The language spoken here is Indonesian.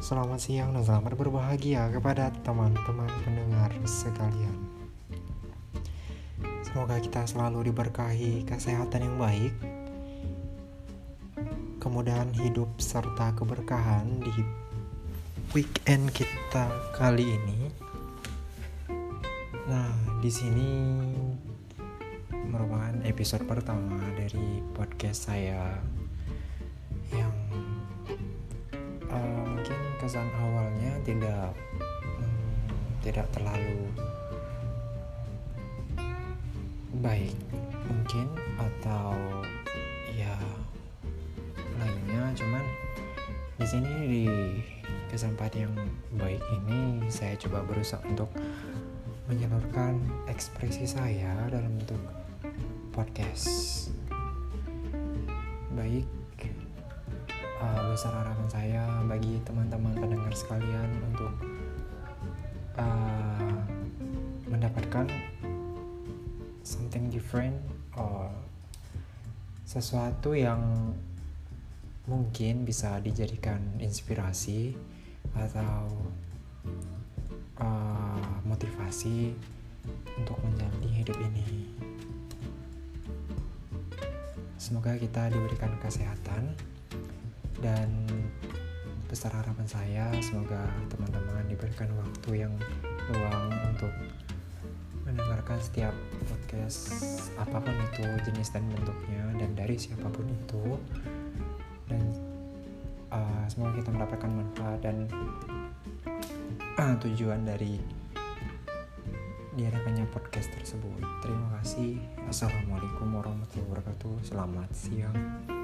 Selamat siang dan selamat berbahagia kepada teman-teman pendengar sekalian. Semoga kita selalu diberkahi kesehatan yang baik, kemudahan hidup serta keberkahan di weekend kita kali ini. Nah, di sini merupakan episode pertama dari podcast saya yang mungkin kesan awalnya tidak terlalu baik mungkin, atau ya lainnya. Cuman di sini di kesempatan yang baik ini saya coba berusaha untuk menyalurkan ekspresi saya dalam bentuk podcast. Baik, besar harapan saya bagi teman-teman pendengar sekalian untuk mendapatkan something different, or sesuatu yang mungkin bisa dijadikan inspirasi atau motivasi untuk menjalani hidup ini. Semoga kita diberikan kesehatan, dan besar harapan saya semoga teman-teman diberikan waktu yang luang untuk mendengarkan setiap podcast apapun itu jenis dan bentuknya dan dari siapapun itu, dan semoga kita mendapatkan manfaat dan tujuan dari diadakannya podcast tersebut. Terima kasih. Assalamualaikum warahmatullahi wabarakatuh. Selamat siang.